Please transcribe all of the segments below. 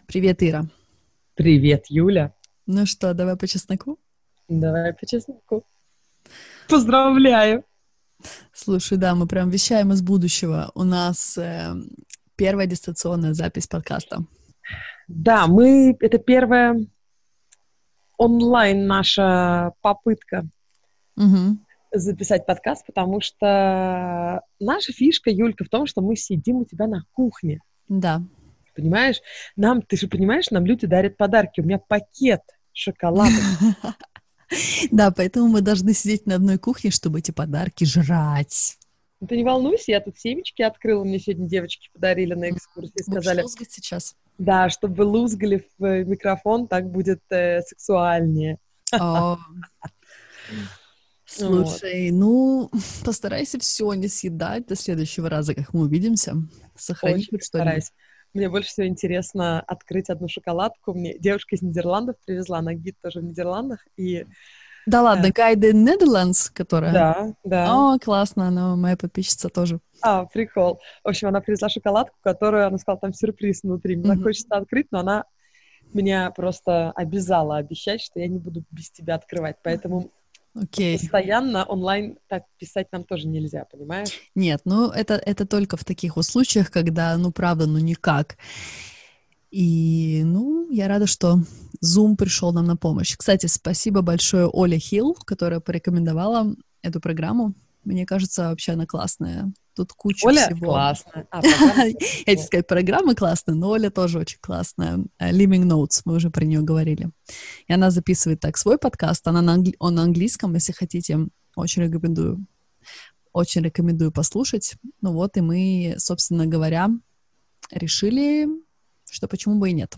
Привет, Ира. Привет, Юля. Ну что, давай по чесноку? Давай по чесноку. Поздравляю. Слушай, да, мы прям вещаем из будущего. У нас первая дистанционная запись подкаста. Да, это первая онлайн наша попытка Угу. записать подкаст, потому что наша фишка, Юлька, в том, что мы сидим у тебя на кухне. Да. Понимаешь? Ты же понимаешь, нам люди дарят подарки. У меня пакет шоколада. Да, поэтому мы должны сидеть на одной кухне, чтобы эти подарки жрать. Ну, ты не волнуйся, я тут семечки открыла, мне сегодня девочки подарили на экскурсии, Будешь сказали, лузгать сейчас? да, чтобы лузгали в микрофон, так будет сексуальнее. О, Вот. слушай, постарайся все не съедать до следующего раза, как мы увидимся. Сохрани Очень хоть что-нибудь. постараюсь. Мне больше всего интересно открыть одну шоколадку. Мне девушка из Нидерландов привезла, она гид тоже в Нидерландах. Да Э, ладно, Guide in Netherlands, которая... да, да. О, классно, она моя подписчица тоже. Прикол. В общем, она привезла шоколадку, которую, она сказала, там сюрприз внутри. Мне так Мгм. хочется открыть, но она меня просто обязала обещать, что я не буду без тебя открывать. Поэтому Окей. постоянно онлайн так писать нам тоже нельзя, понимаешь? Нет, это только в таких вот случаях, когда, правда, никак. И, я рада, что Zoom пришел нам на помощь. Кстати, спасибо большое Оле Хилл, которая порекомендовала эту программу. Мне кажется, вообще она классная. Тут куча Оля всего. классная. Программа Я хотела классная. сказать, программа классная, но Оля тоже очень классная. Living Notes, мы уже про нее говорили. И она записывает так свой подкаст, он на английском, если хотите, очень рекомендую. Очень рекомендую послушать. Ну вот, и мы, собственно говоря, решили, что почему бы и нет.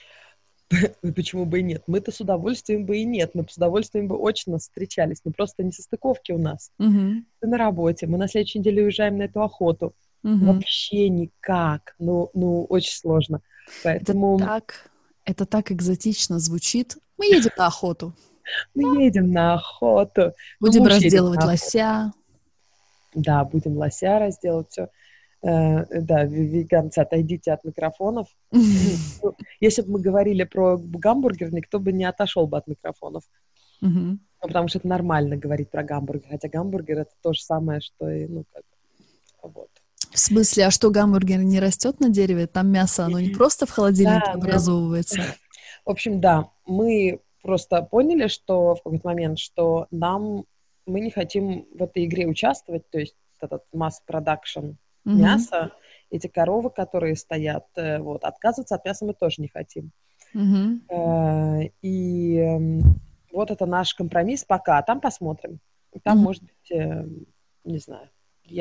И почему бы и нет? Мы-то с удовольствием бы и нет. Мы бы с удовольствием бы очно встречались. Но просто не состыковки у нас. Мгм. Ты на работе. Мы на следующей неделе уезжаем на эту охоту. Мгм. Вообще никак. Очень сложно. Это Поэтому так, это так экзотично звучит. Мы едем на охоту. мы едем на охоту. Ну, Будем муж едет разделывать на охоту. лося. Да, будем лося разделать, все. Да, веганцы, отойдите от микрофонов. Ну, если бы мы говорили про гамбургер, никто бы не отошел бы от микрофонов. Мгм. Ну, потому что это нормально говорить про гамбургер, хотя гамбургер это то же самое, что и, вот. В смысле, а что, гамбургер не растет на дереве? Там мясо, оно не просто в холодильнике Да, нам, образовывается. в общем, да, мы просто поняли, что в какой-то момент, что мы не хотим в этой игре участвовать, то есть этот масс-продакшн Мгм. мяса, эти коровы, которые стоят, вот, отказываться от мяса мы тоже не хотим. Мгм. Вот это наш компромисс пока, а там посмотрим. Там, Мгм. может быть, не знаю,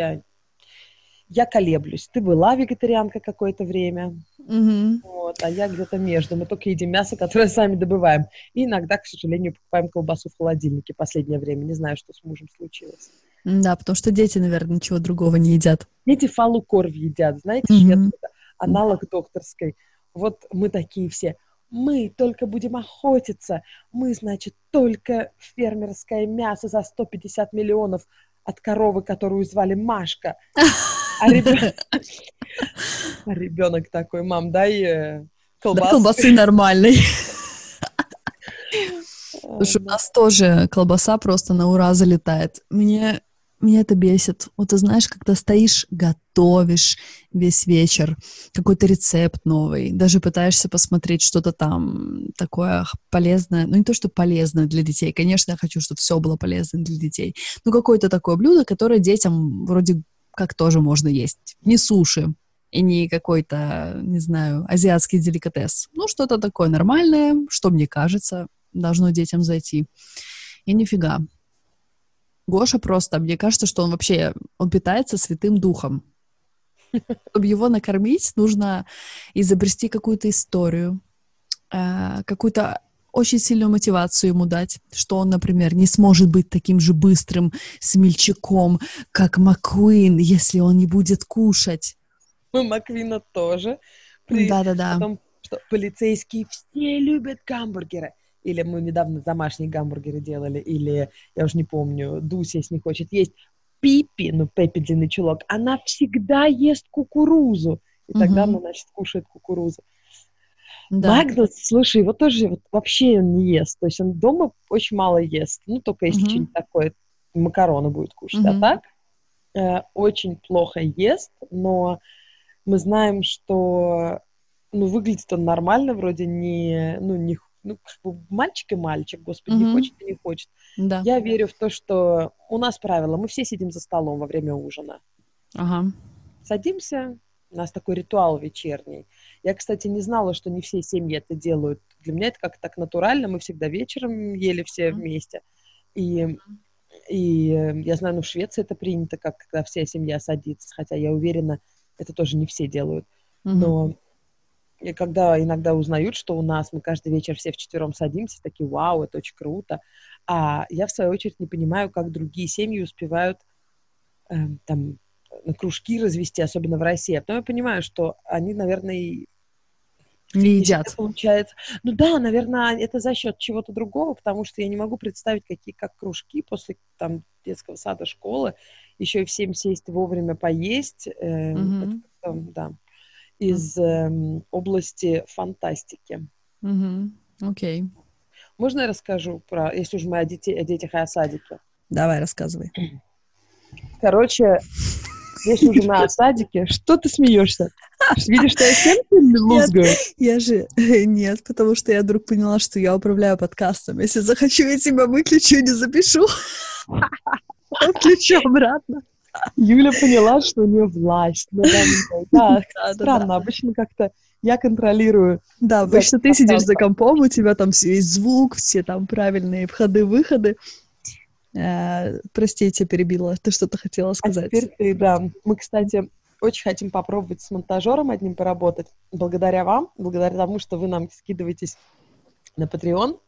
я колеблюсь. Ты была вегетарианка какое-то время, Мгм. вот, а я где-то между. Мы только едим мясо, которое сами добываем. И иногда, к сожалению, покупаем колбасу в холодильнике последнее время. Не знаю, что с мужем случилось. Да, потому что дети, наверное, ничего другого не едят. Дети фалу-корв едят, знаете, Мгм. шведскую, аналог докторской. Вот мы такие все. Мы только будем охотиться. Мы, значит, только фермерское мясо за 150 миллионов от коровы, которую звали Машка. А ребенок такой, мам, дай Да, колбасы. колбасы нормальной. Слушай, у Да. нас тоже колбаса просто на ура залетает. Меня это бесит. Вот ты знаешь, когда стоишь, готовишь весь вечер какой-то рецепт новый, даже пытаешься посмотреть что-то там такое полезное. Ну, не то, что полезное для детей. Конечно, я хочу, чтобы все было полезно для детей. Ну, какое-то такое блюдо, которое детям вроде как тоже можно есть. Не суши и не какой-то, не знаю, азиатский деликатес. Ну, что-то такое нормальное, что мне кажется, должно детям зайти. И нифига. Гоша просто, мне кажется, что он питается Святым Духом. Чтобы его накормить, нужно изобрести какую-то историю, какую-то очень сильную мотивацию ему дать, что он, например, не сможет быть таким же быстрым смельчаком, как Маккуин, если он не будет кушать. У Маквина тоже. При Да-да-да. том, что полицейские все любят гамбургеры. Или мы недавно домашние гамбургеры делали, или, я уже не помню, Дуся, если не хочет есть. Пипи, ну, Пеппи длинный чулок, она всегда ест кукурузу. И тогда Мгм. она, значит, кушает кукурузу. Да. Магнус, слушай, его тоже вот вообще он не ест. То есть он дома очень мало ест. Ну, только если Мгм. что-нибудь такое, макароны будет кушать. А Мгм. так очень плохо ест, но мы знаем, что ну, выглядит он нормально, вроде не, ну, не, ну, как бы мальчик и мальчик, господи, не Мгм. хочет и не хочет. Да. Я верю в то, что у нас правило, мы все сидим за столом во время ужина. Ага. Садимся, у нас такой ритуал вечерний. Я, кстати, не знала, что не все семьи это делают. Для меня это как-то так натурально, мы всегда вечером ели все вместе. И, и я знаю, ну, в Швеции это принято, как когда вся семья садится, хотя я уверена, это тоже не все делают. Мгм. Но и когда иногда узнают, что у нас мы каждый вечер все вчетвером садимся, такие, вау, это очень круто. А я, в свою очередь, не понимаю, как другие семьи успевают там на кружки развести, особенно в России. А потом я понимаю, что они, наверное, и Не не всегда едят. получается. Ну да, наверное, это за счет чего-то другого, потому что я не могу представить, какие как кружки после там детского сада, школы, еще и всем сесть вовремя поесть. Это Мгм. как-то, да, М. из области фантастики. Мгм. Окей. Можно я расскажу про, если уж мы о детях и о садике? Давай, рассказывай. Короче, если уже мы о садике, что ты смеешься? Видишь, что я семки Нет, лузгаю? я же... Нет, потому что я вдруг поняла, что я управляю подкастом. Если захочу, я тебя выключу и не запишу. Включу обратно. Юля поняла, что у нее власть надо мной. Да, Да-да-да. странно, обычно как-то я контролирую Да, запись обычно ты сидишь за подкаста. компом, у тебя там весь звук, все там правильные входы-выходы. Прости, я тебя перебила. Ты что-то хотела А сказать? теперь ты, да. Мы, кстати, очень хотим попробовать с монтажером одним поработать. Благодаря вам, благодаря тому, что вы нам скидываетесь на Patreon.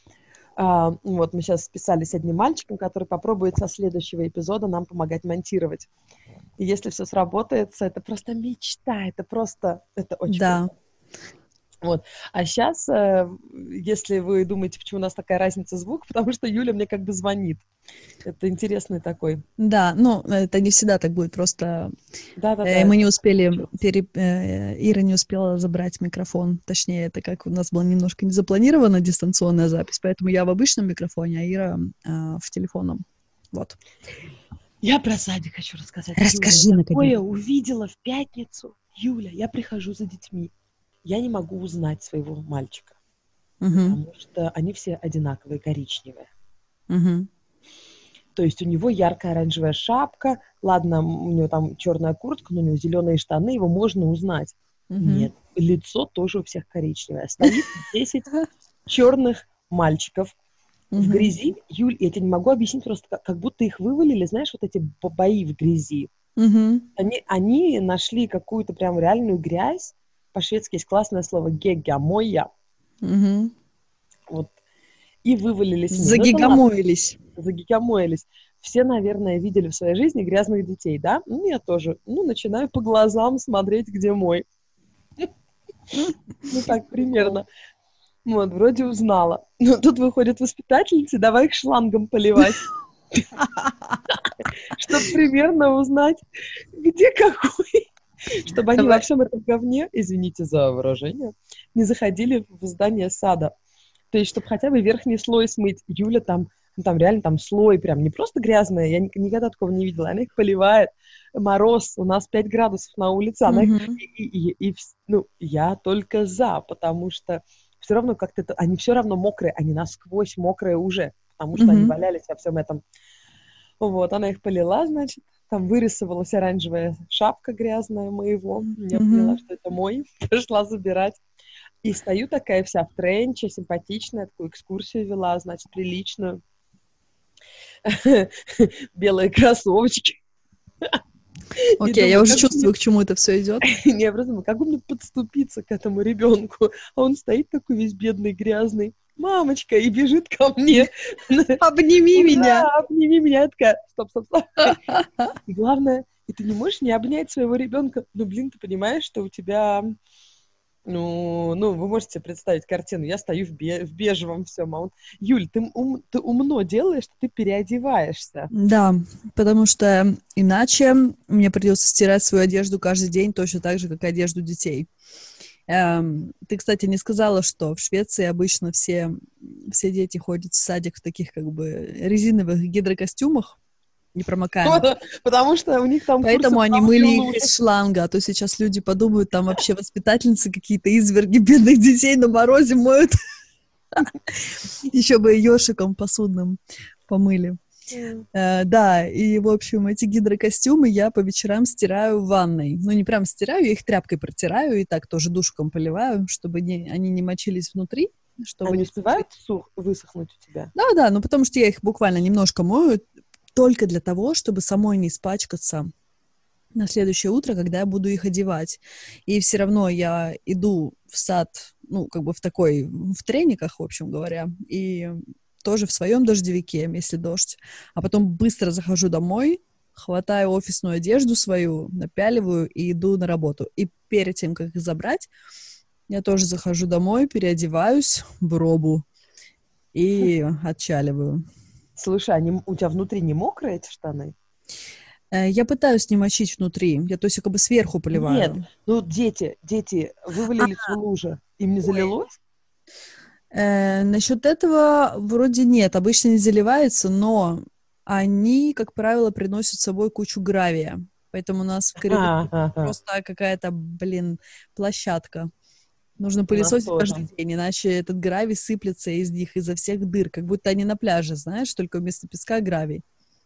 Вот мы сейчас списались с одним мальчиком, который попробует со следующего эпизода нам помогать монтировать. И если все сработается, это просто мечта, это очень Да, круто. Вот. А сейчас, если вы думаете, почему у нас такая разница звука, потому что Юля мне как бы звонит. Это интересный такой. да, ну, это не всегда так будет, просто Да-да-да, мы это не так успели, получилось. Ира не успела забрать микрофон, точнее, это как у нас была немножко не запланирована дистанционная запись, поэтому я в обычном микрофоне, а Ира в телефонном. Вот. Я про садик хочу рассказать. Юля, Расскажи, я наконец. такое увидела в пятницу. Юля, я прихожу за детьми. Я не могу узнать своего мальчика, Угу, потому что они все одинаковые, коричневые. угу, То есть у него яркая оранжевая шапка, ладно, у него там черная куртка, но у него зеленые штаны, его можно узнать. угу, Нет, лицо тоже у всех коричневое. Стоит 10 черных мальчиков в угу, грязи. Юль, я тебе не могу объяснить, просто как будто их вывалили, знаешь, вот эти бои в грязи. угу, Они нашли какую-то прям реальную грязь. По-шведски есть классное слово гегамойя. угу. Вот. И вывалились в ней. Ну, это ладно, Загигамоились. загигамоились. Все, наверное, видели в своей жизни грязных детей, да? Ну, я тоже. Ну, начинаю по глазам смотреть, где мой. Ну, так примерно. Вот, вроде узнала. Но тут выходят воспитательницы, давай их шлангом поливать, чтобы примерно узнать, где какой. Чтобы они во Давай. всем этом говне, извините за выражение, не заходили в здание сада. То есть, чтобы хотя бы верхний слой смыть. Юля там, ну, там реально там слой прям не просто грязная, я никогда такого не видела. Она их поливает. Мороз, у нас 5 градусов на улице. Она их... Угу, Ну, я только за, потому что все равно как-то... Они все равно мокрые, они насквозь мокрые уже, потому что они угу, валялись во всем этом. Вот, она их полила, значит, там вырисовалась оранжевая шапка грязная моего. Я поняла, угу. что это мой. Пошла забирать. И стою такая вся в тренче, симпатичная, такую экскурсию вела, значит, приличную. Белые кроссовочки. И Окей, я думаю, уже как бы мне... чувствую, к чему это все идет. Не, я просто думаю, как бы мне подступиться к этому ребенку? А он стоит такой весь бедный, грязный. Мамочка, и бежит ко мне. Обними меня. Ура, обними меня. Я такая, стоп, стоп, стоп. И главное, и ты не можешь не обнять своего ребенка. Ну, блин, ты понимаешь, что у тебя... Ну, вы можете представить картину. Я стою в бежевом всем, а он... Юль, ты умно делаешь, что ты переодеваешься. Да, потому что иначе мне придется стирать свою одежду каждый день точно так же, как и одежду детей. Ты, кстати, не сказала, что в Швеции обычно все дети ходят в садик в таких как бы резиновых гидрокостюмах непромокаемых. Потому что у них там курсы Поэтому они плавания в мыли их луже. из шланга, а то сейчас люди подумают, там вообще воспитательницы какие-то изверги бедных детей на морозе моют. Еще бы ёшиком посудным помыли. Да, и, в общем, эти гидрокостюмы я по вечерам стираю в ванной. Ну, не прям стираю, я их тряпкой протираю и так тоже душиком поливаю, чтобы они не мочились внутри. Чтобы Они не успевают высохнуть у тебя? Да, ну потому что я их буквально немножко мою, только для того, чтобы самой не испачкаться на следующее утро, когда я буду их одевать. И все равно я иду в сад, ну, как бы в трениках, в общем говоря, и тоже в своем дождевике, если дождь. А потом быстро захожу домой, хватаю офисную одежду свою, напяливаю и иду на работу. И перед тем, как их забрать, я тоже захожу домой, переодеваюсь в робу и отчаливаю. Слушай, у тебя внутри не мокрые эти штаны? Я пытаюсь не мочить внутри, я то есть как бы сверху Нет, поливаю. ну дети вывалились в луже, им не Ой. залилось? Насчет этого вроде нет, обычно не заливается, но они, как правило, приносят с собой кучу гравия. Поэтому у нас в коридоре Ага, просто какая-то, площадка. Нужно у нас пылесосить тоже. каждый день, иначе этот гравий сыплется из них, изо всех дыр, как будто они на пляже, знаешь, только вместо песка гравий.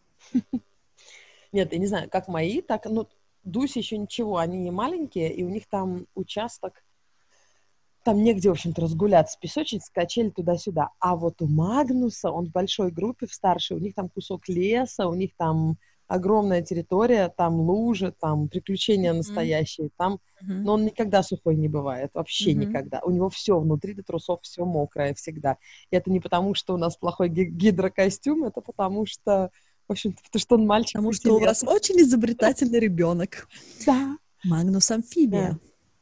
Нет, я не знаю, как мои, так, ну, Дуси еще ничего, они не маленькие, и у них там участок, там негде, в общем-то, разгуляться, песочница, качели туда-сюда. А вот у Магнуса, он в большой группе, в старшей, у них там кусок леса, у них там огромная территория, там лужи, там приключения Мгм. настоящие, там, Мгм. но он никогда сухой не бывает, вообще Мгм. никогда. У него все внутри до трусов, все мокрое всегда. И это не потому, что у нас плохой гидрокостюм, это потому что, в общем-то, потому что он мальчик Потому 5 что у лет. вас очень изобретательный ребенок. Да, Магнус да. амфибия.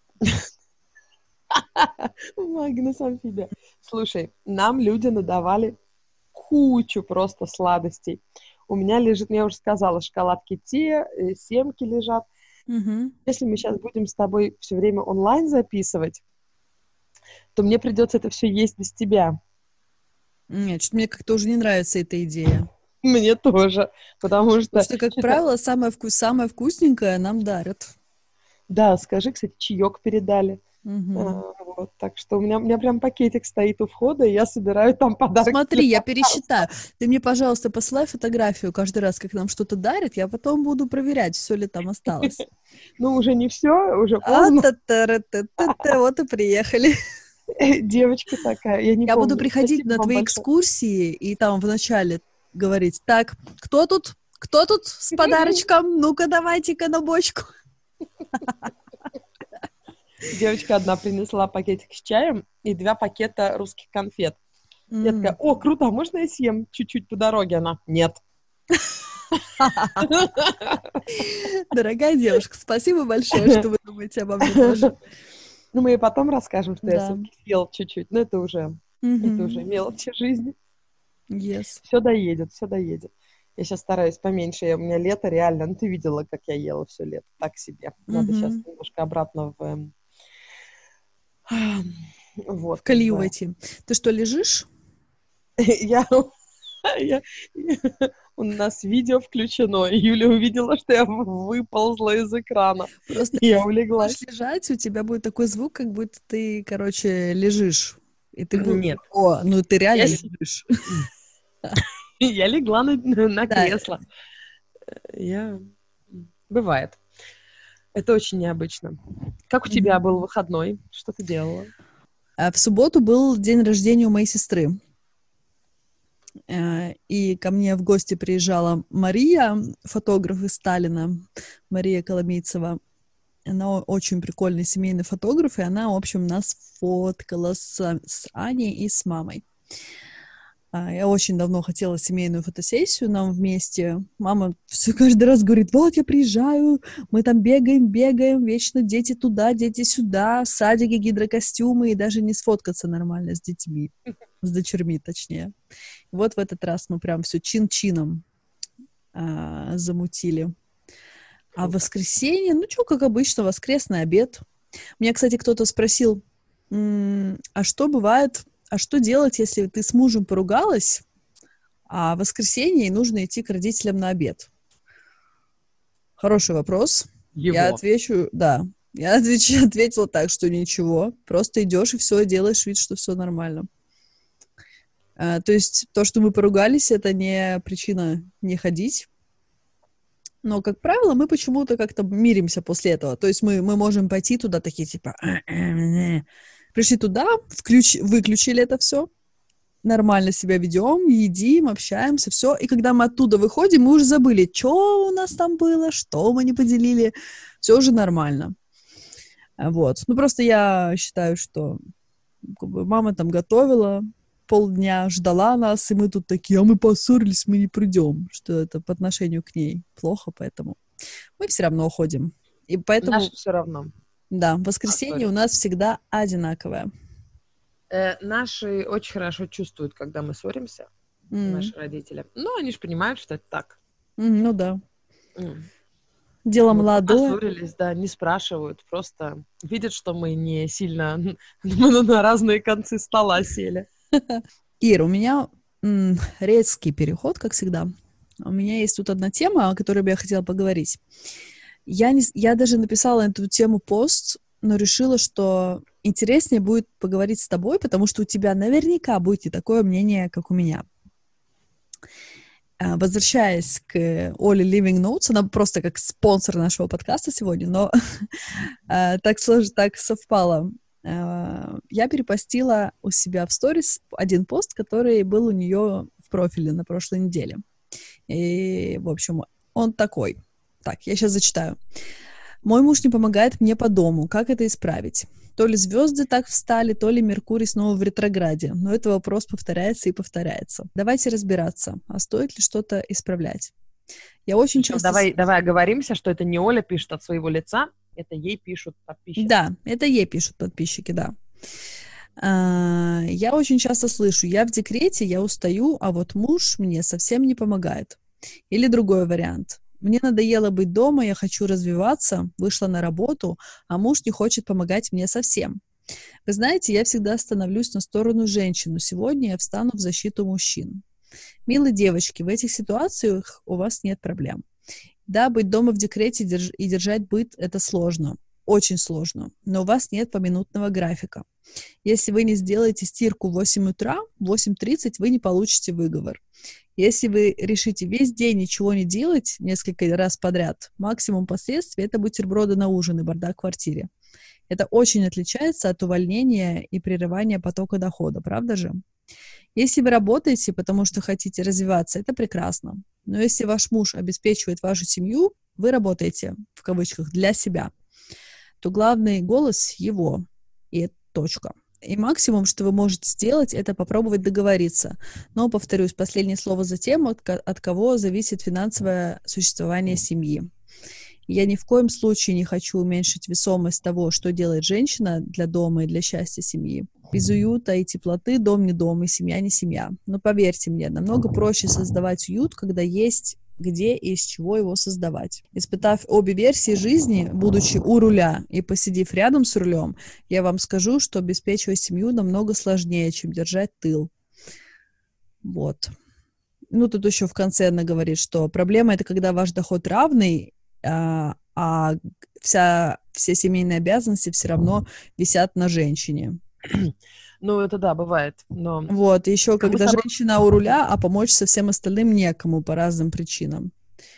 Магнус амфибия. Слушай, нам люди надавали кучу просто сладостей. У меня лежит, я уже сказала, шоколадки те, семки лежат. Мгм. Если мы сейчас будем с тобой все время онлайн записывать, то мне придется это все есть без тебя. Нет, что-то мне как-то уже не нравится эта идея. Мне тоже, потому Потому что что, как что-то... правило, самое вкусненькое нам дарят. Да, скажи, кстати, чаек передали. Мгм. Вот, так что у меня прям пакетик стоит у входа, и я собираю там подарки для Смотри, я подкаста. пересчитаю. Ты мне, пожалуйста, посылай фотографию каждый раз, как нам что-то дарят. Я потом буду проверять, все ли там осталось. Ну, уже не все, уже А, поздно. вот и приехали. Девочка такая, я не Я буду помню. приходить Спасибо на вам твои большое. экскурсии и там вначале говорить: так, кто тут? Кто тут с подарочком? Ну-ка, давайте-ка на бочку. Девочка одна принесла пакетик с чаем и 2 пакета русских конфет. Я такая: М. о, круто, а можно я съем чуть-чуть по дороге? Она: нет. Дорогая девушка, спасибо большое, что вы думаете обо мне тоже. Ну, мы ей потом расскажем, что я Да. все-таки съел чуть-чуть, но это уже Мгм. мелочи жизни. Yes. Все доедет, все доедет. Я сейчас стараюсь поменьше. У меня лето реально. Ну, ты видела, как я ела все лето. Так себе. Надо сейчас Мгм. немножко обратно В вот, колею войти. Ты что, лежишь? я, я- у нас видео включено, и Юля увидела, что я выползла из экрана, Просто и я если ты будешь улеглась. лежать, у тебя будет такой звук, как будто ты, короче, лежишь. И ты будешь... Нет, О, ну ты реально я, лежишь. я легла на Да. кресло. Я... Бывает. Это очень необычно. Как у тебя Мгм. был выходной? Что ты делала? А в субботу был день рождения у моей сестры. И ко мне в гости приезжала Мария, фотограф из Сталина, Мария Коломейцева. Она очень прикольный семейный фотограф, и она, в общем, нас фоткала с Аней и с мамой. Я очень давно хотела семейную фотосессию нам вместе. Мама все каждый раз говорит: вот я приезжаю, мы там бегаем, вечно дети туда, дети сюда, садики, гидрокостюмы, и даже не сфоткаться нормально с детьми, с дочерьми, точнее. Вот в этот раз мы прям все чин-чином замутили. А в Круто. воскресенье, ну что, как обычно, воскресный обед. Меня, кстати, кто-то спросил, а что бывает, а что делать, если ты с мужем поругалась, а в воскресенье ей нужно идти к родителям на обед? Хороший вопрос. Я Его. отвечу, да. Я ответила так, что ничего. Просто идешь и все, делаешь вид, что все нормально. То есть то, что мы поругались, это не причина не ходить. Но, как правило, мы почему-то как-то миримся после этого. То есть мы можем пойти туда такие, типа... Пришли туда, выключили это все, нормально себя ведем, едим, общаемся, все. И когда мы оттуда выходим, мы уже забыли, что у нас там было, что мы не поделили. Все уже нормально. Вот. Ну, просто я считаю, что как бы, мама там готовила, полдня ждала нас, и мы тут такие, а мы поссорились, мы не придем. Что это по отношению к ней плохо, поэтому мы все равно уходим. И поэтому... Наше все равно. Да, воскресенье у нас всегда одинаковое. Наши очень хорошо чувствуют, когда мы ссоримся, наши родители. Но они же понимают, что это так. Ну да. Дело Вот молодое. поссорились, да, не спрашивают, просто видят, что мы не сильно мы на разные концы стола сели. Ира, у меня резкий переход, как всегда. У меня есть тут одна тема, о которой бы я хотела поговорить. Я даже написала на эту тему пост, но решила, что интереснее будет поговорить с тобой, потому что у тебя наверняка будет не такое мнение, как у меня. Возвращаясь к Оле Living Notes, она просто как спонсор нашего подкаста сегодня, но так совпало. Я перепостила у себя в сторис один пост, который был у нее в профиле на прошлой неделе. И, в общем, он такой. Так, я сейчас зачитаю. «Мой муж не помогает мне по дому. Как это исправить? То ли звезды так встали, то ли Меркурий снова в ретрограде. Но этот вопрос повторяется и повторяется. Давайте разбираться, а стоит ли что-то исправлять?» Я очень часто... Давай оговоримся, что это не Оля пишет от своего лица, это ей пишут подписчики. Да, это ей пишут подписчики, да. Я очень часто слышу: я в декрете, я устаю, а вот муж мне совсем не помогает. Или другой вариант: мне надоело быть дома, я хочу развиваться, вышла на работу, а муж не хочет помогать мне совсем. Вы знаете, я всегда становлюсь на сторону женщин, но сегодня я встану в защиту мужчин. Милые девочки, в этих ситуациях у вас нет проблем. Да, быть дома в декрете и держать быт – это сложно, очень сложно, но у вас нет поминутного графика. Если вы не сделаете стирку в 8 утра, в 8:30 вы не получите выговор. Если вы решите весь день ничего не делать несколько раз подряд, максимум последствий – это бутерброды на ужин и бардак в квартире. Это очень отличается от увольнения и прерывания потока дохода, правда же? Если вы работаете, потому что хотите развиваться, это прекрасно. Но если ваш муж обеспечивает вашу семью, вы работаете, в кавычках, для себя, то главный голос его, и это точка. И максимум, что вы можете сделать, это попробовать договориться. Но, повторюсь, последнее слово за тем, от кого зависит финансовое существование семьи. Я ни в коем случае не хочу уменьшить весомость того, что делает женщина для дома и для счастья семьи. Без уюта и теплоты дом не дом, и семья не семья. Но поверьте мне, намного проще создавать уют, когда есть где и из чего его создавать. Испытав обе версии жизни, будучи у руля и посидев рядом с рулем, я вам скажу, что обеспечивать семью намного сложнее, чем держать тыл. Вот. Ну, тут еще в конце она говорит, что проблема — это когда ваш доход равный, а все семейные обязанности все равно висят на женщине. Ну, это да, бывает. Но... Вот, еще когда женщина у руля, а помочь со всем остальным некому по разным причинам.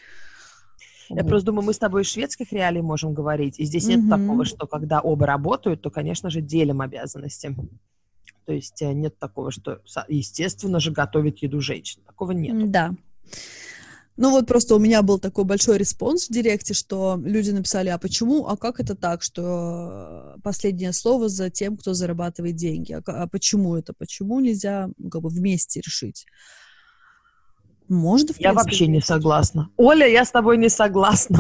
Я просто думаю, мы с тобой из шведских реалий можем говорить, и здесь нет такого, что когда оба работают, то, конечно же, делим обязанности. То есть нет такого, что, естественно же, готовит еду женщина. Такого нет. Да. Ну вот просто у меня был такой большой респонс в директе, что люди написали: а почему, а как это так, что последнее слово за тем, кто зарабатывает деньги? А почему это? Почему нельзя как бы вместе решить? Можно, в принципе. Я вообще не согласна. Оля, я с тобой не согласна.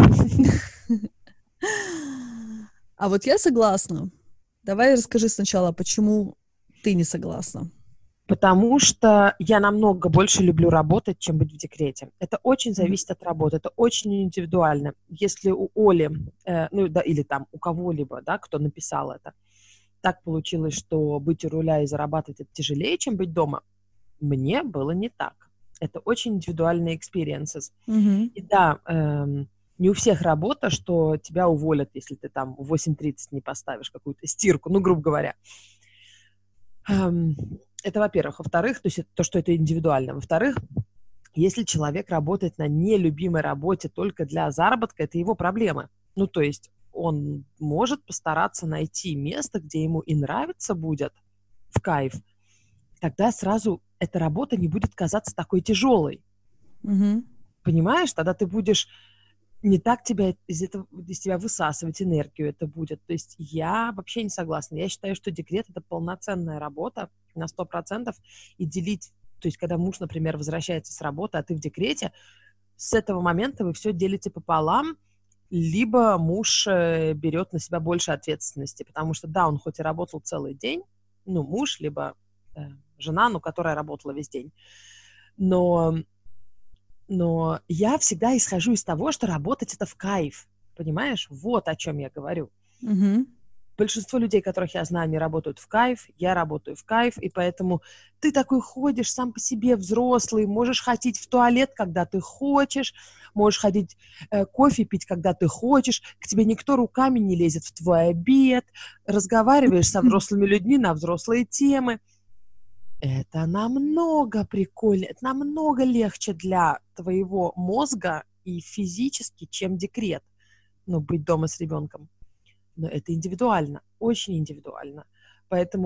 А вот я согласна. Давай расскажи сначала, почему ты не согласна. Потому что я намного больше люблю работать, чем быть в декрете. Это очень зависит от работы, это очень индивидуально. Если у Оли, ну да, или там у кого-либо, да, кто написал это, так получилось, что быть у руля и зарабатывать это тяжелее, чем быть дома, мне было не так. Это очень индивидуальные experiences. И да, не у всех работа, что тебя уволят, если ты там в 8:30 не поставишь какую-то стирку, ну, грубо говоря. Это, во-первых. Во-вторых, то есть то, что это индивидуально. Во-вторых, если человек работает на нелюбимой работе только для заработка, это его проблемы. Ну, то есть он может постараться найти место, где ему и нравится будет, в кайф. Тогда сразу эта работа не будет казаться такой тяжелой. Понимаешь? Тогда ты будешь не так из тебя высасывать энергию это будет. То есть я вообще не согласна. Я считаю, что декрет — это полноценная работа на 100%. И делить, то есть когда муж, например, возвращается с работы, а ты в декрете, с этого момента вы все делите пополам, либо муж берет на себя больше ответственности. Потому что, да, он хоть и работал целый день, ну, муж, либо жена, ну, которая работала весь день, но я всегда исхожу из того, что работать — это в кайф. Понимаешь? Вот о чем я говорю. Большинство людей, которых я знаю, они работают в кайф, я работаю в кайф, и поэтому ты такой ходишь сам по себе взрослый, можешь ходить в туалет, когда ты хочешь, можешь ходить кофе пить, когда ты хочешь, к тебе никто руками не лезет в твой обед, разговариваешь со взрослыми людьми на взрослые темы. Это намного прикольнее, это намного легче для твоего мозга и физически, чем декрет. Ну, быть дома с ребенком. Но это индивидуально, очень индивидуально. Поэтому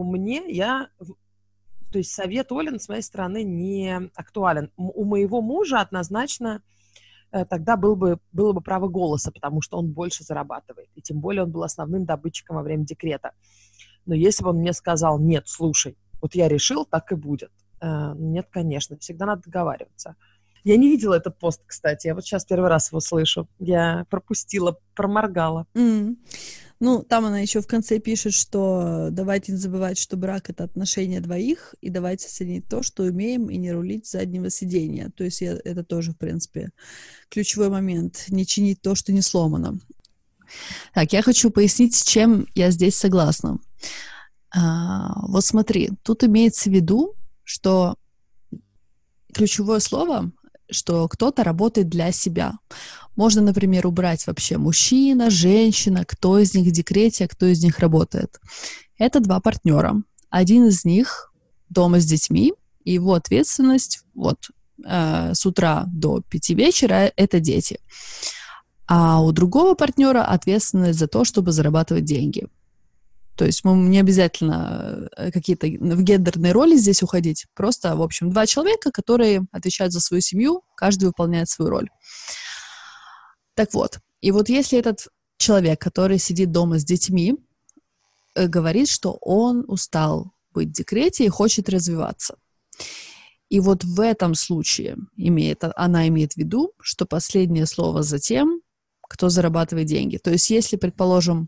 то есть совет Олин с моей стороны не актуален. У моего мужа однозначно тогда было бы право голоса, потому что он больше зарабатывает. И тем более он был основным добытчиком во время декрета. Но если бы он мне сказал: нет, слушай, вот я решил, так и будет. Нет, конечно, всегда надо договариваться. Я не видела этот пост, кстати. Я вот сейчас первый раз его слышу. Я пропустила, проморгала. Ну, там она еще в конце пишет, что давайте не забывать, что брак — это отношения двоих, и давайте ценить то, что умеем, и не рулить с заднего сиденья. То есть это тоже, в принципе, ключевой момент. Не чинить то, что не сломано. Так, я хочу пояснить, с чем я здесь согласна. Вот смотри, тут имеется в виду, что ключевое слово, что кто-то работает для себя. Можно, например, убрать вообще мужчина, женщина, кто из них в декрете, а кто из них работает. Это два партнера. Один из них дома с детьми, и его ответственность с утра до 5 вечера — это дети. А у другого партнера ответственность за то, чтобы зарабатывать деньги. То есть мы не обязательно какие-то в гендерные роли здесь уходить. Просто, в общем, два человека, которые отвечают за свою семью, каждый выполняет свою роль. Так вот, и вот если этот человек, который сидит дома с детьми, говорит, что он устал быть в декрете и хочет развиваться. И вот в этом случае она имеет в виду, что последнее слово за тем, кто зарабатывает деньги. То есть если, предположим,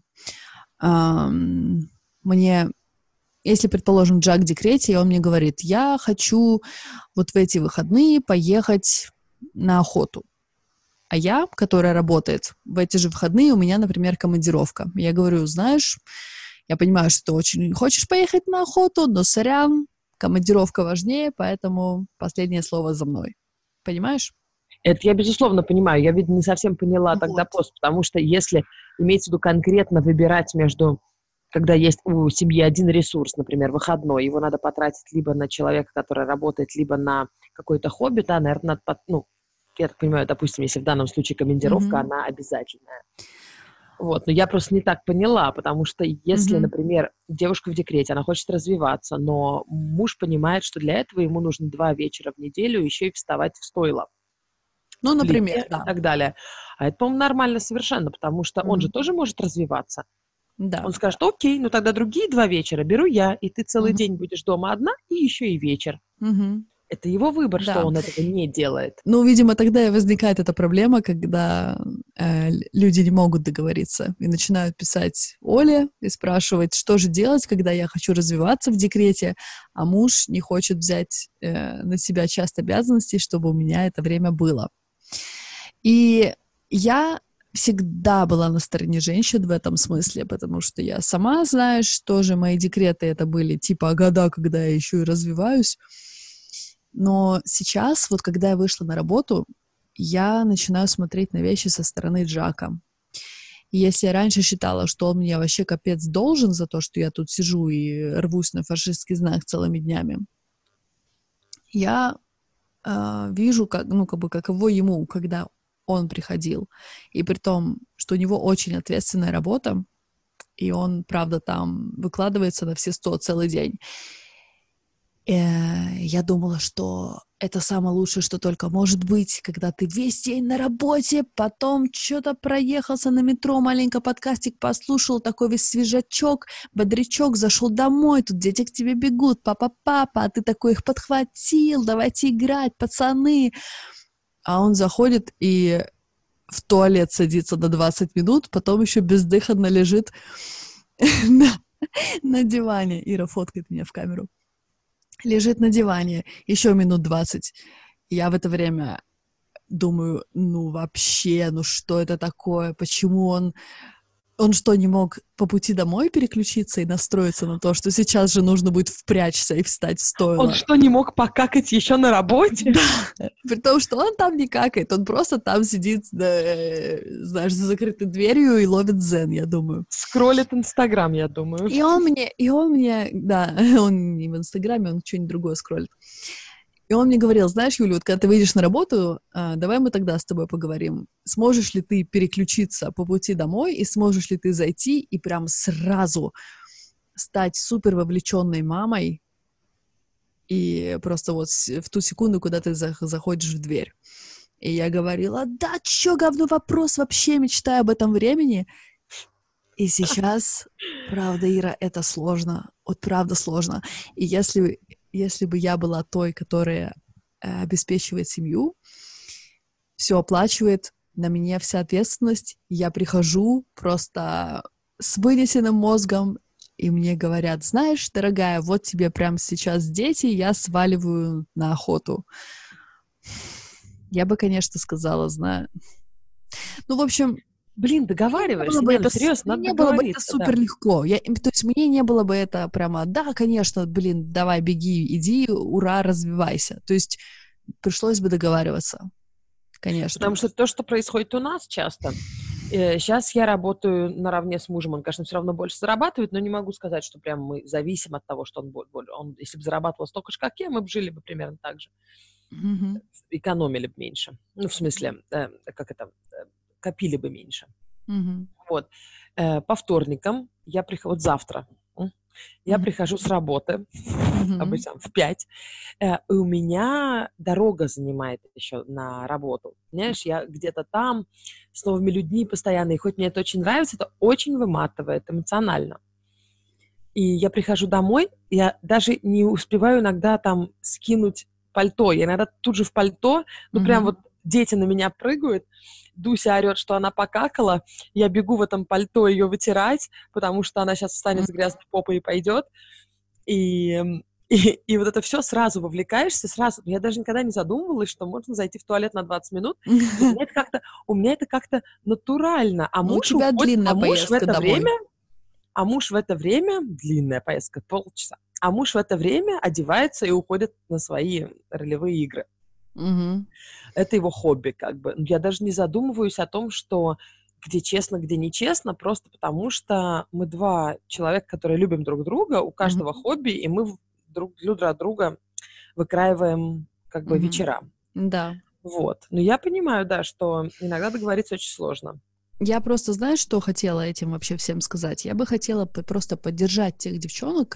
Джак в декрете, и он мне говорит: я хочу вот в эти выходные поехать на охоту. А я, которая работает в эти же выходные, у меня, например, командировка. Я говорю: знаешь, я понимаю, что ты очень хочешь поехать на охоту, но сорян, командировка важнее, поэтому последнее слово за мной. Понимаешь? Это я, безусловно, понимаю. Я, видно, не совсем поняла тогда пост, потому что если имеется в виду конкретно выбирать между, когда есть у семьи один ресурс, например, выходной, его надо потратить либо на человека, который работает, либо на какое-то хобби, да, наверное, я так понимаю, допустим, если в данном случае командировка, она обязательная. Вот, но я просто не так поняла, потому что если, например, девушка в декрете, она хочет развиваться, но муж понимает, что для этого ему нужно 2 вечера в неделю еще и вставать в стойло. Ну, например, да. И так далее. А это, по-моему, нормально совершенно, потому что он же тоже может развиваться. Да. Он скажет: окей, ну тогда другие 2 вечера беру я, и ты целый день будешь дома одна, и еще и вечер. Это его выбор, что Да. он этого не делает. Ну, видимо, тогда и возникает эта проблема, когда люди не могут договориться и начинают писать Оле и спрашивать, что же делать, когда я хочу развиваться в декрете, а муж не хочет взять на себя часть обязанностей, чтобы у меня это время было. И я всегда была на стороне женщин в этом смысле, потому что я сама, знаешь, тоже мои декреты это были типа года, когда я еще и развиваюсь. Но сейчас, вот когда я вышла на работу, я начинаю смотреть на вещи со стороны Джака. И если я раньше считала, что он мне вообще капец должен за то, что я тут сижу и рвусь на фашистский знак целыми днями, я вижу, как, ну, как бы, каково ему, когда он приходил. И при том, что у него очень ответственная работа, и он, правда, там выкладывается на все 100 целый день. Я думала, что это самое лучшее, что только может быть, когда ты весь день на работе, потом что-то проехался на метро, маленько подкастик послушал, такой весь свежачок, бодрячок, зашел домой, тут дети к тебе бегут, папа, а ты такой их подхватил, давайте играть, пацаны. А он заходит и в туалет садится на 20 минут, потом еще бездыханно лежит на диване. Ира фоткает меня в камеру. Лежит на диване еще минут 20. Я в это время думаю, ну вообще, ну что это такое? Почему он что, не мог по пути домой переключиться и настроиться на то, что сейчас же нужно будет впрячься и встать в стойло? Он что, не мог покакать еще на работе? Да, при том, что он там не какает, он просто там сидит, знаешь, за закрытой дверью и ловит дзен, я думаю. Скроллит Инстаграм, я думаю. И он мне, да, он не в Инстаграме, он что-нибудь другое скроллит. И он мне говорил, знаешь, Юля, вот когда ты выйдешь на работу, давай мы тогда с тобой поговорим. Сможешь ли ты переключиться по пути домой, и сможешь ли ты зайти и прям сразу стать супер вовлеченной мамой, и просто вот в ту секунду, когда ты заходишь в дверь. И я говорила, да, чё, говно, вопрос, вообще мечтаю об этом времени. И сейчас, правда, Ира, это сложно, вот правда сложно. И если бы я была той, которая обеспечивает семью, все оплачивает, на мне вся ответственность, я прихожу просто с вынесенным мозгом, и мне говорят, знаешь, дорогая, вот тебе прямо сейчас дети, я сваливаю на охоту. Я бы, конечно, сказала, знаю. Ну, в общем... Блин, договариваешься, не, ну серьезно, надо не было бы это договориться, супер да. легко. То есть мне не было бы это прямо, да, конечно, блин, давай, беги, иди, ура, развивайся. То есть пришлось бы договариваться, конечно. Потому что то, что происходит у нас часто, сейчас я работаю наравне с мужем, он, конечно, все равно больше зарабатывает, но не могу сказать, что прям мы зависим от того, что он если бы зарабатывал столько же, как я, мы бы жили бы примерно так же. Мгм. Экономили бы меньше. Ну, в смысле, копили бы меньше. Мгм. Вот. По вторникам я прихожу, вот завтра, я Мгм. прихожу с работы, Мгм. обычно в 5, и у меня дорога занимает еще на работу. Понимаешь, я где-то там с новыми людьми постоянно, и хоть мне это очень нравится, это очень выматывает эмоционально. И я прихожу домой, я даже не успеваю иногда там скинуть пальто. Я иногда тут же в пальто, ну прям Мгм. вот дети на меня прыгают, Дуся орет, что она покакала, я бегу в этом пальто ее вытирать, потому что она сейчас встанет с грязной попой и пойдет. И вот это все сразу вовлекаешься, сразу. Я даже никогда не задумывалась, что можно зайти в туалет на 20 минут. И у меня это как-то натурально. Ну, у тебя длинная поездка домой. Муж в это время, длинная поездка, полчаса, а муж в это время одевается и уходит на свои ролевые игры. Мгм. Это его хобби, как бы. Я даже не задумываюсь о том, что где честно, где нечестно, просто потому что мы два человека, которые любим друг друга, у каждого Мгм. хобби, и мы друг для друга выкраиваем как бы Мгм. вечера. Да. Вот. Но я понимаю, да, что иногда договориться очень сложно. Я просто, знаешь, что хотела этим вообще всем сказать? Я бы хотела просто поддержать тех девчонок,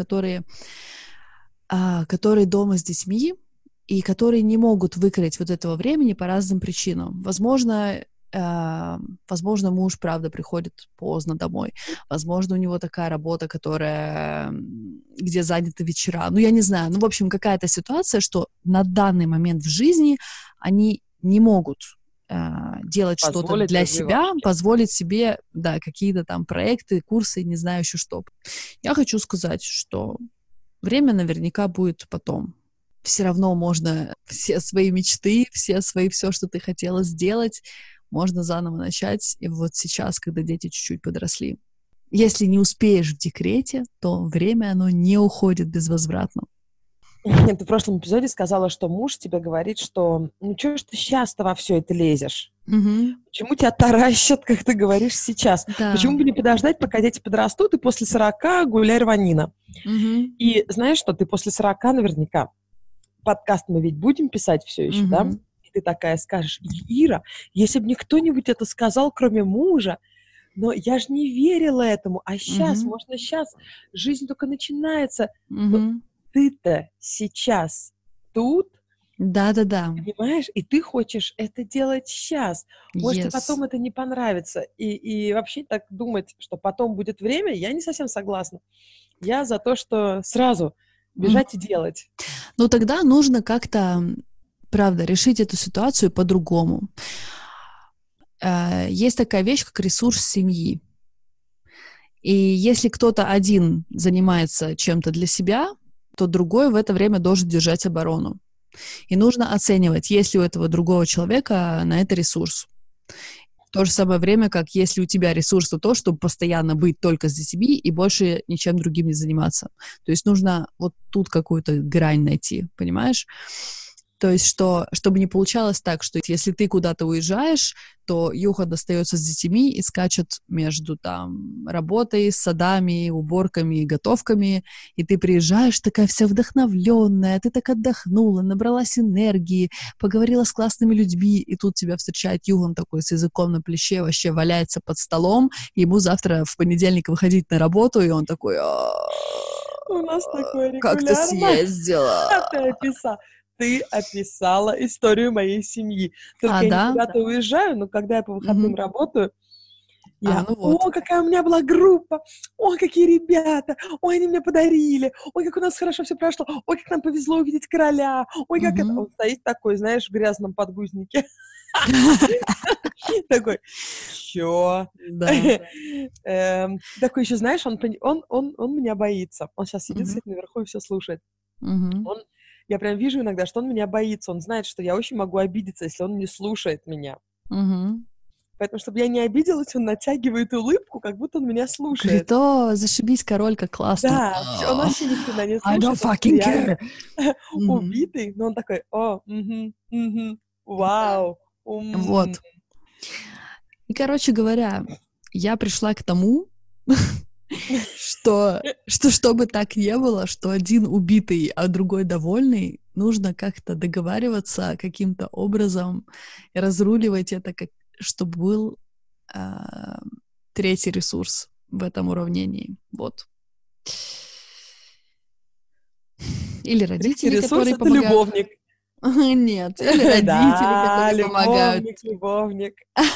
которые дома с детьми и которые не могут выкроить вот этого времени по разным причинам. Возможно, муж, правда, приходит поздно домой. Возможно, у него такая работа, которая где заняты вечера. Ну, я не знаю. Ну, в общем, какая-то ситуация, что на данный момент в жизни они не могут делать что-то Позволить для себя, развивашки. позволить себе, да, какие-то там проекты, курсы, не знаю еще что. Я хочу сказать, что время наверняка будет потом. Все равно можно все свои мечты, все что ты хотела сделать, можно заново начать. И вот сейчас, когда дети чуть-чуть подросли. Если не успеешь в декрете, то время, оно не уходит безвозвратно. Ты в прошлом эпизоде сказала, что муж тебе говорит, что ну чего ж ты сейчас-то во все это лезешь? Почему тебя таращат, как ты говоришь сейчас? Да. Почему бы не подождать, пока дети подрастут, и после 40 гуляй рванина? И знаешь что, ты после 40 наверняка, подкаст мы ведь будем писать все еще, да? И ты такая скажешь: Ира, если бы мне кто-нибудь это сказал, кроме мужа, но я же не верила этому, а сейчас, можно сейчас, жизнь только начинается. Но ты-то сейчас тут, Да-да-да. понимаешь, и ты хочешь это делать сейчас. Может, и Yes. потом это не понравится. И вообще так думать, что потом будет время, я не совсем согласна. Я за то, что сразу бежать и делать. Ну, тогда нужно как-то, правда, решить эту ситуацию по-другому. Есть такая вещь, как ресурс семьи. И если кто-то один занимается чем-то для себя, то другой в это время должен держать оборону. И нужно оценивать, есть ли у этого другого человека на это ресурс. В то же самое время, как если у тебя ресурс на то, чтобы постоянно быть только с детьми и больше ничем другим не заниматься. То есть нужно вот тут какую-то грань найти, понимаешь? То есть, чтобы не получалось так, что если ты куда-то уезжаешь, то Юха достается с детьми и скачет между там работой, садами, уборками, готовками, и ты приезжаешь такая вся вдохновленная, ты так отдохнула, набралась энергии, поговорила с классными людьми, и тут тебя встречает Юхан такой с языком на плече, вообще валяется под столом, ему завтра в понедельник выходить на работу, и он такой: У нас такое регулярно. как ты съездила? Ты описала историю моей семьи. Только я да? не куда-то уезжаю, но когда я по выходным работаю, я: ну вот. о, какая у меня была группа, ой, какие ребята, ой, они мне подарили, ой, как у нас хорошо все прошло, ой, как нам повезло увидеть короля, ой, как это... Он стоит такой, знаешь, в грязном подгузнике. Такой: чё? Такой еще, знаешь, он меня боится. Он сейчас сидит, кстати, наверху и все слушает. Я прям вижу иногда, что он меня боится. Он знает, что я очень могу обидеться, если он не слушает меня. Поэтому, чтобы я не обиделась, он натягивает улыбку, как будто он меня слушает. Говорит: о, зашибись, король, как классно. Да, он вообще ни хрена не слушает. I don't fucking care. Убитый, но он такой: о, вау. Вот. И, короче говоря, я пришла к тому, что чтобы так не было, что один убитый, а другой довольный, нужно как-то договариваться каким-то образом и разруливать это, чтобы был третий ресурс в этом уравнении. Вот. Или родители, ресурс, которые это помогают. Любовник. Нет, или родители, которые помогают. Любовник.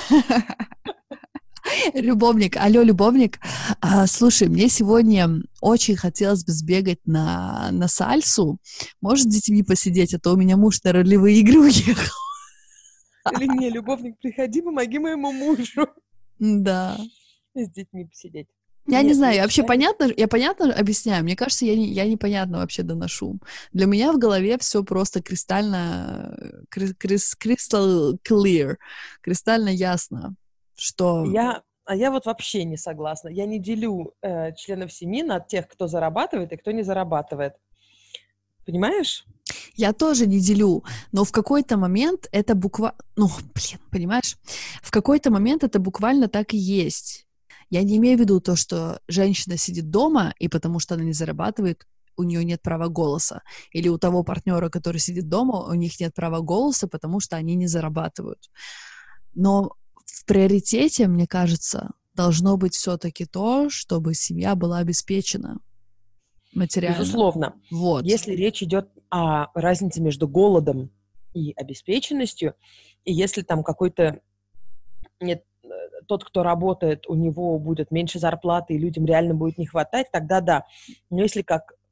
Любовник, алло, любовник. Слушай, мне сегодня очень хотелось бы сбегать на сальсу. Можешь с детьми посидеть, а то у меня муж на ролевые игры уехал. Или не, любовник, приходи, помоги моему мужу. Да. С детьми посидеть. Я не знаю, вообще понятно, я понятно объясняю. Мне кажется, я непонятно вообще доношу. Для меня в голове все просто кристально crystal clear, кристально ясно, что... Я вот вообще не согласна. Я не делю членов семьи на тех, кто зарабатывает и кто не зарабатывает. Понимаешь? Я тоже не делю, но в какой-то момент это буквально... понимаешь? В какой-то момент это буквально так и есть. Я не имею в виду то, что женщина сидит дома, и потому что она не зарабатывает, у нее нет права голоса. Или у того партнера, который сидит дома, у них нет права голоса, потому что они не зарабатывают. Но в приоритете, мне кажется, должно быть все-таки то, чтобы семья была обеспечена материально. Безусловно. Вот. Если речь идет о разнице между голодом и обеспеченностью, и если там какой-то... Нет, тот, кто работает, у него будет меньше зарплаты, и людям реально будет не хватать, тогда да. Но если как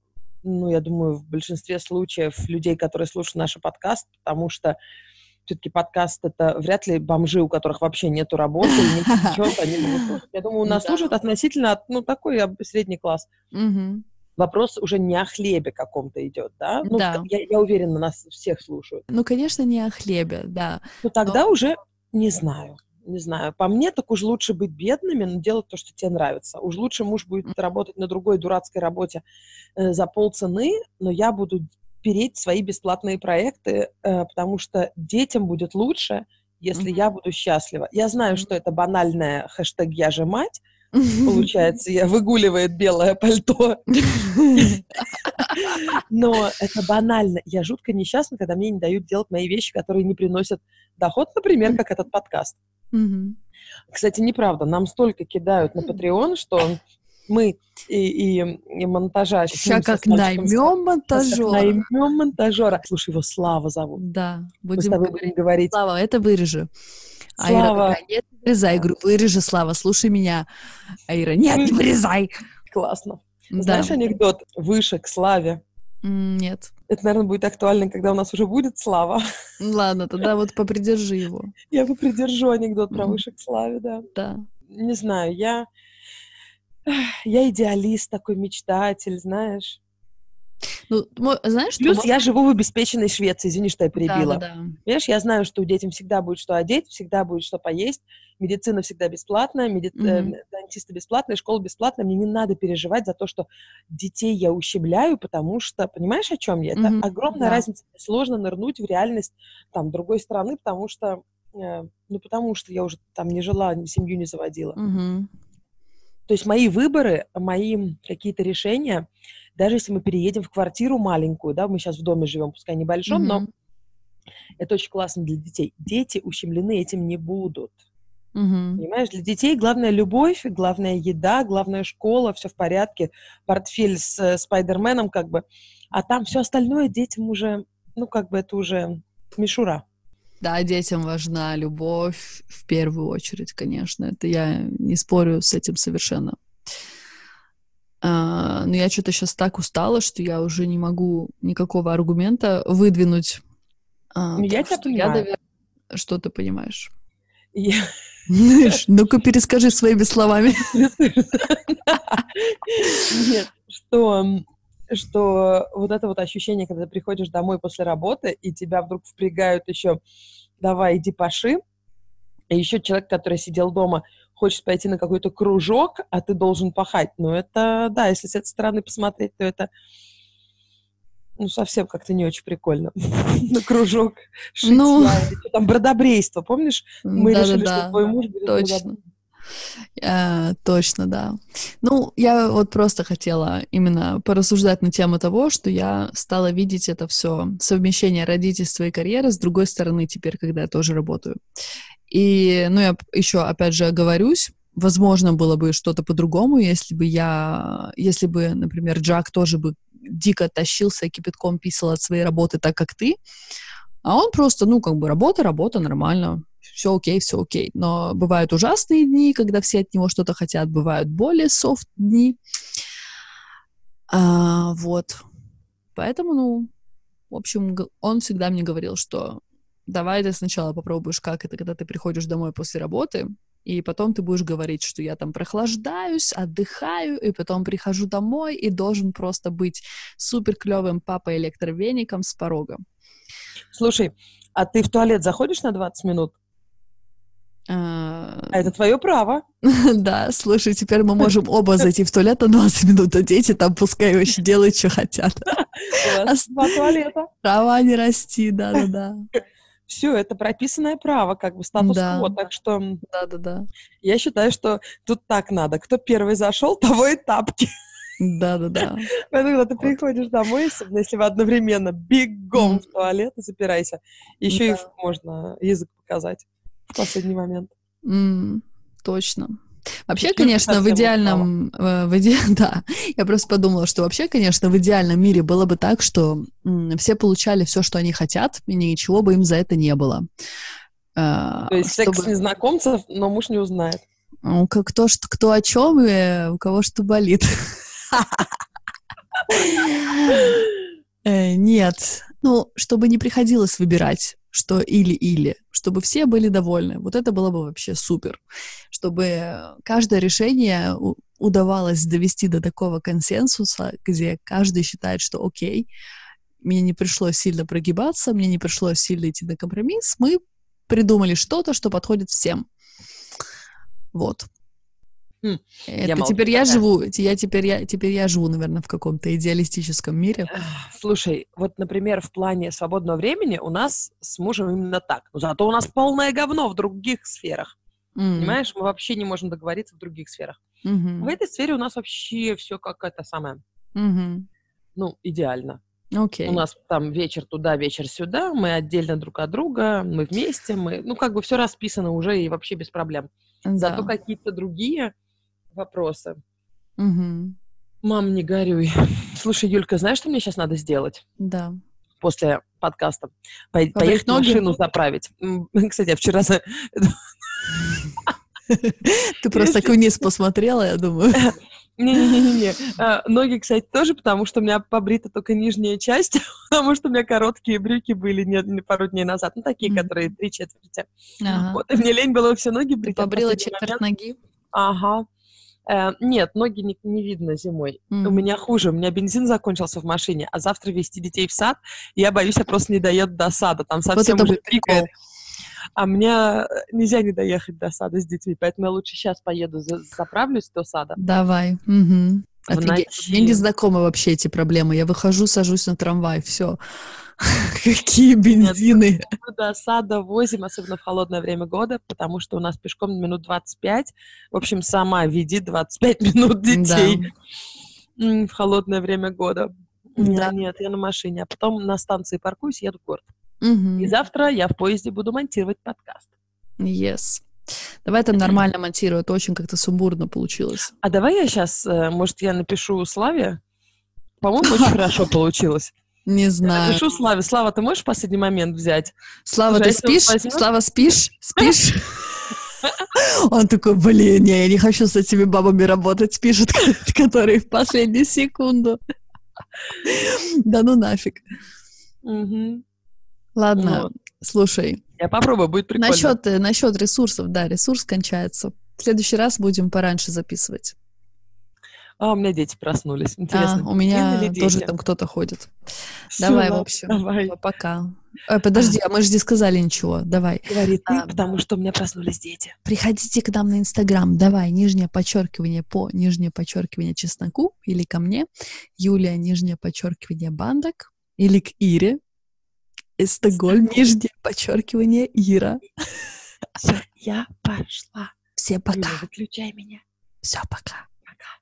я думаю, в большинстве случаев людей, которые слушают наш подкаст, потому что все-таки подкаст — это вряд ли бомжи, у которых вообще нету работы, и нет ничего, они могут слушать. Я думаю, у нас слушают относительно, такой средний класс. Вопрос уже не о хлебе каком-то идет, да? Я уверена, нас всех слушают. Конечно, не о хлебе, да. Тогда уже не знаю. Не знаю. По мне, так уж лучше быть бедными, но делать то, что тебе нравится. Уж лучше муж будет работать на другой дурацкой работе за полцены, но я буду переть свои бесплатные проекты, потому что детям будет лучше, если я буду счастлива. Я знаю, что это банальная хэштег «я же мать». Получается, выгуливает белое пальто. Но это банально. Я жутко несчастна, когда мне не дают делать мои вещи, которые не приносят доход, например, как этот подкаст. Кстати, неправда. Нам столько кидают на Patreon, что мы и монтажа... Сейчас как наймем монтажера. Слушай, его Слава зовут. Да, будем говорить. Слава, это вырежи. Слава. Аира такая: нет, не вырезай. Я говорю: вырежи, Слава, слушай меня. Аира: нет, не вырезай. Классно. Знаешь анекдот «выше к славе»? Нет. Это, наверное, будет актуально, когда у нас уже будет Слава. Ладно, тогда попридержи его. Я попридержу анекдот про «выше к славе», да. Да. Не знаю, я идеалист, такой мечтатель, знаешь. Знаешь, плюс я живу в обеспеченной Швеции, извини, что я перебила. Да. Понимаешь, я знаю, что детям всегда будет что одеть, всегда будет что поесть, медицина всегда бесплатная, дантисты бесплатные, школа бесплатная, мне не надо переживать за то, что детей я ущемляю, потому что, понимаешь, о чем я? Это огромная разница, сложно нырнуть в реальность другой страны, потому что я уже там не жила, семью не заводила. То есть мои выборы, мои какие-то решения, даже если мы переедем в квартиру маленькую, да, мы сейчас в доме живем, пускай небольшом, но это очень классно для детей. Дети ущемлены этим не будут. Понимаешь, для детей главная любовь, главная еда, главная школа, все в порядке, портфель с Спайдерменом, а там все остальное детям уже, это уже мишура. Да, детям важна любовь в первую очередь, конечно. Это я не спорю с этим совершенно. Но я что-то сейчас так устала, что я уже не могу никакого аргумента выдвинуть. Я тебя понимаю. Что ты понимаешь? Нет, Ну-ка, перескажи своими словами. Нет, что вот это вот ощущение, когда ты приходишь домой после работы, и тебя вдруг впрягают еще: давай, иди паши. И еще человек, который сидел дома, хочет пойти на какой-то кружок, а ты должен пахать. Это, да, если с этой стороны посмотреть, то это, совсем как-то не очень прикольно. На кружок шитья, или там бродобрейство, помнишь? Мы решили, что твой муж будет точно. Точно, да. Я вот просто хотела именно порассуждать на тему того, что я стала видеть это все совмещение родительства и карьеры с другой стороны теперь, когда я тоже работаю. И, я еще, опять же, оговорюсь, возможно, было бы что-то по-другому, если бы, например, Джак тоже бы дико тащился и кипятком писал от своей работы так, как ты, а он просто, работа, нормально, все окей. Но бывают ужасные дни, когда все от него что-то хотят, бывают более софт дни. Вот. Поэтому, в общем, он всегда мне говорил, что давай ты сначала попробуешь, как это, когда ты приходишь домой после работы, и потом ты будешь говорить, что я там прохлаждаюсь, отдыхаю, и потом прихожу домой и должен просто быть супер клевым папой-электровеником с порога. Слушай, а ты в туалет заходишь на 20 минут? Это твое право. Да, слушай, теперь мы можем оба зайти в туалет на 20 минут, а дети там пускай вообще делают, что хотят. У вас два туалета. Трава не расти, да. Все, это прописанное право, статус-кво, так что... Да. Я считаю, что тут так надо. Кто первый зашел, того и тапки. Да. Поэтому, когда ты приходишь домой, особенно если вы одновременно бегом в туалет и запирайся, еще и можно язык показать в последний момент. Точно. Вообще, конечно, в идеальном... Да, я просто подумала, что вообще, конечно, в идеальном мире было бы так, что все получали все, что они хотят, и ничего бы им за это не было. То есть секс незнакомцев, но муж не узнает. Кто о чем и у кого что болит. Нет, ну, чтобы не приходилось выбирать, что или-или, чтобы все были довольны. Вот это было бы вообще супер. Чтобы каждое решение удавалось довести до такого консенсуса, где каждый считает, что окей, мне не пришлось сильно прогибаться, мне не пришлось сильно идти на компромисс, мы придумали что-то, что подходит всем. Вот. Это теперь я живу, теперь я живу, наверное, в каком-то идеалистическом мире. Слушай, вот, например, в плане свободного времени у нас с мужем именно так. Но зато у нас полное говно в других сферах. Понимаешь, мы вообще не можем договориться в других сферах. В этой сфере у нас вообще все как это самое, ну, идеально. Окей. У нас там вечер туда, вечер сюда, мы отдельно друг от друга, мы вместе, ну, как бы все расписано уже и вообще без проблем. Да. Зато какие-то другие вопросы. Мам, не горюй. Слушай, Юлька, знаешь, что мне сейчас надо сделать? Да. После подкаста. Поехать машину заправить. Кстати, я вчера... Ты просто так вниз посмотрела, я думаю. Не-не-не. Ноги, кстати, тоже, потому что у меня побрита только нижняя часть, потому что у меня короткие брюки были пару дней назад. Ну, такие, которые 3/4. Вот, и мне лень было все ноги брить. Ты побрила четверть ноги? Ага. Нет, ноги не видно зимой. У меня хуже. У меня бензин закончился в машине, а завтра везти детей в сад, я боюсь, я просто не доеду до сада. Там совсем вот уже пикает. А мне нельзя не доехать до сада с детьми, поэтому я лучше сейчас поеду, заправлюсь до сада. Давай. Мне не знакомы вообще эти проблемы. Я выхожу, сажусь на трамвай, все. Какие бензины. Мы до сада возим, особенно в холодное время года, потому что у нас пешком минут 25. В общем, сама веди 25 минут детей в холодное время года. Нет, я на машине. А потом на станции паркуюсь, еду в город. И завтра я в поезде буду монтировать подкаст. Yes. Давай там нормально монтирую, это очень как-то сумбурно получилось. А давай я сейчас, может, я напишу Славе? По-моему, очень хорошо получилось. Не знаю. Я напишу Славе. Слава, ты можешь в последний момент взять? Слава, ты спишь? Слава, спишь? Спишь? Он такой, блин, я не хочу с этими бабами работать, пишет, которые в последнюю секунду. Да ну нафиг. Ладно, слушай. Я попробую, будет прикольно. Насчет ресурсов, да, ресурс кончается. В следующий раз будем пораньше записывать. У меня дети проснулись. Интересно, у меня тоже там кто-то ходит. Всё, давай, в общем. Давай. Пока. Подожди, мы же не сказали ничего. Давай. Говори ты, потому что у меня проснулись дети. Приходите к нам на Инстаграм. Давай, _по_ чесноку или ко мне. Юлия, _Бандок. Или к Ире. Стокгольм, _ Ира. Все, я пошла. Все, пока. Выключай меня. Все, пока. Пока.